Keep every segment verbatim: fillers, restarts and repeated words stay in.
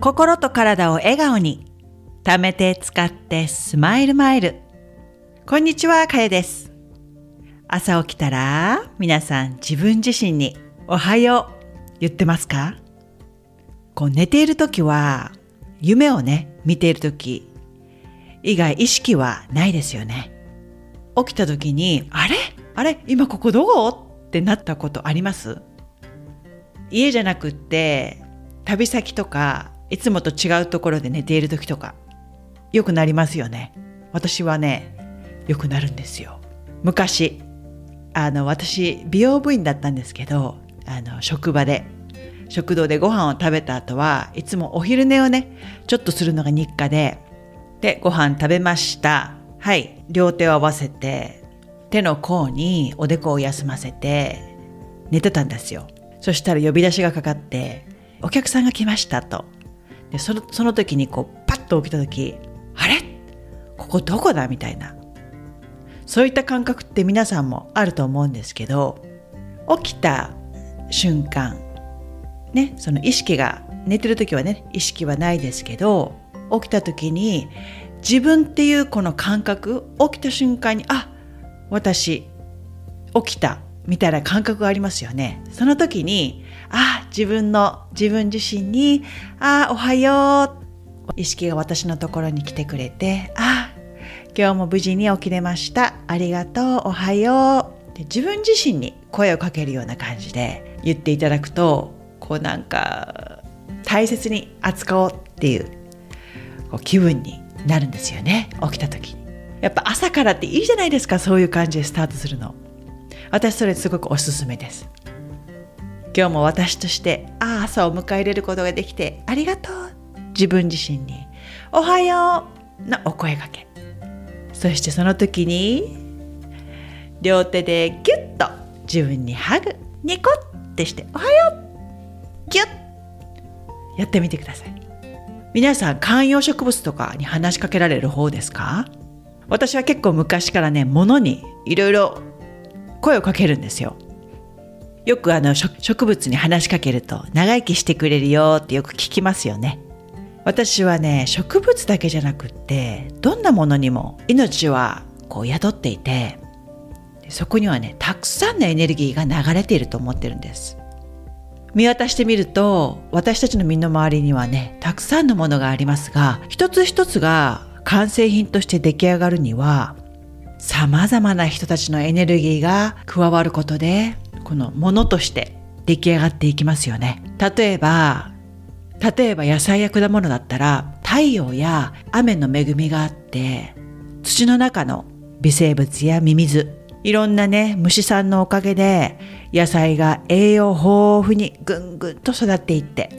心と体を笑顔に、貯めて使ってスマイルマイル。こんにちは、かよです。朝起きたら、皆さん自分自身におはよう言ってますか？こう寝ているときは、夢をね、見ているとき以外意識はないですよね。起きたときに、あれあれ今ここどこってなったことあります？家じゃなくって、旅先とか、いつもと違うところで寝ているときとか、よくなりますよね。私はね、よくなるんですよ。昔、あの、私、美容部員だったんですけど、あの、職場で、食堂でご飯を食べた後はいつもお昼寝をね、ちょっとするのが日課で、で、ご飯食べました。はい、両手を合わせて、手の甲におでこを休ませて、寝てたんですよ。そしたら呼び出しがかかって、お客さんが来ましたと。で、その、その時にこう、パッと起きた時、あれ？ここどこだ？みたいな。そういった感覚って皆さんもあると思うんですけど、起きた瞬間、ね、その意識が、寝てる時はね、意識はないですけど、起きた時に、自分っていうこの感覚、起きた瞬間に、あ、私、起きた、みたいな感覚がありますよね。その時に、あ、自分の、自分自身に、あ、おはよう。意識が私のところに来てくれて、あ、今日も無事に起きれました。ありがとう、おはよう。で、自分自身に声をかけるような感じで言っていただくと、こうなんか、大切に扱おうっていう、こう気分になるんですよね。起きた時に。やっぱ朝からっていいじゃないですか。そういう感じでスタートするの。私それすごくおすすめです。今日も私としてあ朝を迎え入れることができてありがとう。自分自身におはようのお声掛け。そしてその時に両手でギュッと自分にハグ、ニコってしておはようギュッやってみてください。皆さん観葉植物とかに話しかけられる方ですか？私は結構昔からね、物にいろいろ声をかけるんですよ。よくあの植物に話しかけると長生きしてくれるよってよく聞きますよね。私はね、植物だけじゃなくってどんなものにも命はこう宿っていて、そこにはね、たくさんのエネルギーが流れていると思ってるんです。見渡してみると私たちの身の回りにはね、たくさんのものがありますが、一つ一つが完成品として出来上がるには様々な人たちのエネルギーが加わることで、このものとして出来上がっていきますよね。例えば、例えば野菜や果物だったら、太陽や雨の恵みがあって、土の中の微生物やミミズ、いろんなね、虫さんのおかげで、野菜が栄養豊富にぐんぐんと育っていって、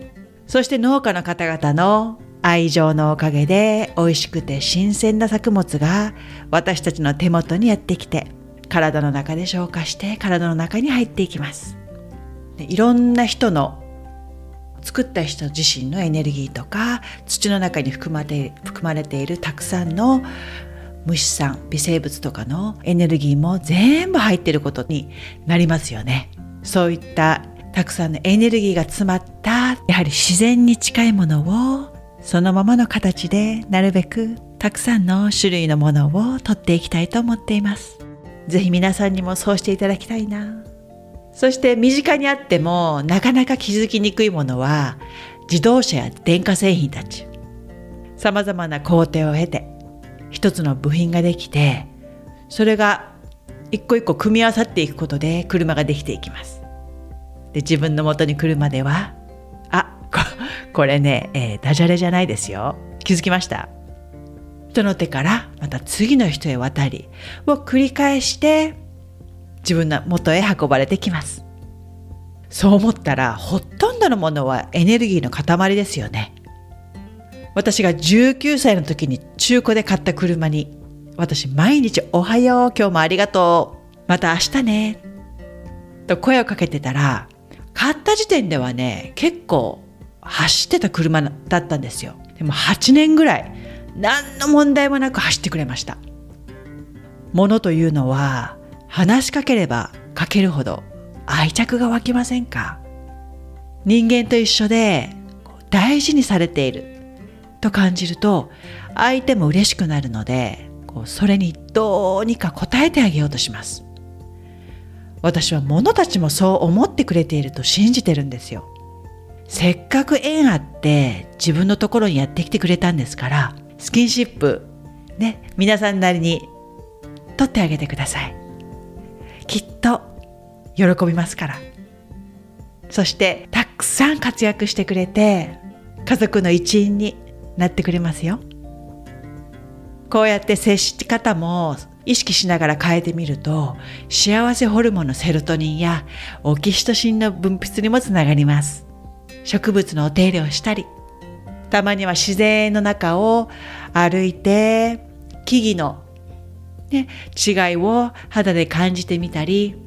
そして農家の方々の愛情のおかげで美味しくて新鮮な作物が私たちの手元にやってきて、体の中で消化して体の中に入っていきます。で、いろんな人の作った人自身のエネルギーとか、土の中に含まれて、含まれているたくさんの虫さん、微生物とかのエネルギーも全部入っていることになりますよね。そういったたくさんのエネルギーが詰まった、やはり自然に近いものをそのままの形でなるべくたくさんの種類のものを取っていきたいと思っています。ぜひ皆さんにもそうしていただきたいな。そして身近にあってもなかなか気づきにくいものは自動車や電化製品たち。様々な工程を経て一つの部品ができて、それが一個一個組み合わさっていくことで車ができていきます。で、自分の元に来るまでは、あ、こ、これね、えー、ダジャレじゃないですよ。気づきました。人の手からまた次の人へ渡りを繰り返して自分の元へ運ばれてきます。そう思ったらほとんどのものはエネルギーの塊ですよね。私がじゅうきゅうさいの時に中古で買った車に、私毎日おはよう、今日もありがとう、また明日ねと声をかけてたら、買った時点ではね、結構走ってた車だったんですよ。でもはちねんぐらい何の問題もなく走ってくれました。ものというのは話しかければかけるほど愛着が湧きませんか？人間と一緒で大事にされていると感じると、相手も嬉しくなるので、こうそれにどうにか応えてあげようとします。私は物たちもそう思ってくれていると信じてるんですよ。せっかく縁あって自分のところにやってきてくれたんですから、スキンシップね、皆さんなりに取ってあげてください。きっと喜びますから。そしてたくさん活躍してくれて、家族の一員になってくれますよ。こうやって接し方も意識しながら変えてみると、幸せホルモンのセロトニンやオキシトシンの分泌にもつながります。植物のお手入れをしたり、たまには自然の中を歩いて木々の、ね、違いを肌で感じてみたり、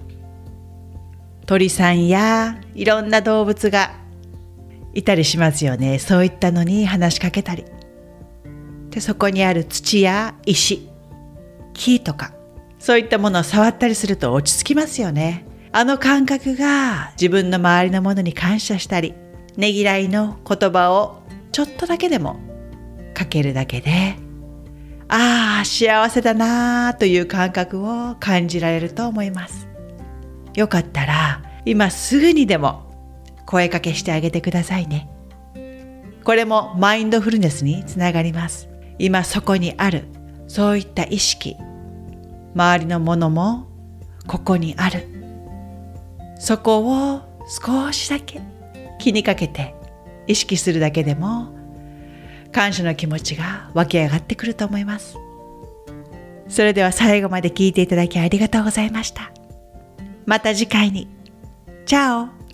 鳥さんやいろんな動物がいたりしますよね。そういったのに話しかけたり、でそこにある土や石、木とか、そういったものを触ったりすると落ち着きますよね。あの感覚が自分の周りのものに感謝したり、ねぎらいの言葉をちょっとだけでもかけるだけで、ああ幸せだなという感覚を感じられると思います。よかったら今すぐにでも声かけしてあげてくださいね。これもマインドフルネスにつながります。今そこにあるそういった意識、周りのものもここにある、そこを少しだけ気にかけて意識するだけでも感謝の気持ちが湧き上がってくると思います。それでは最後まで聞いていただきありがとうございました。また次回に。チャオ。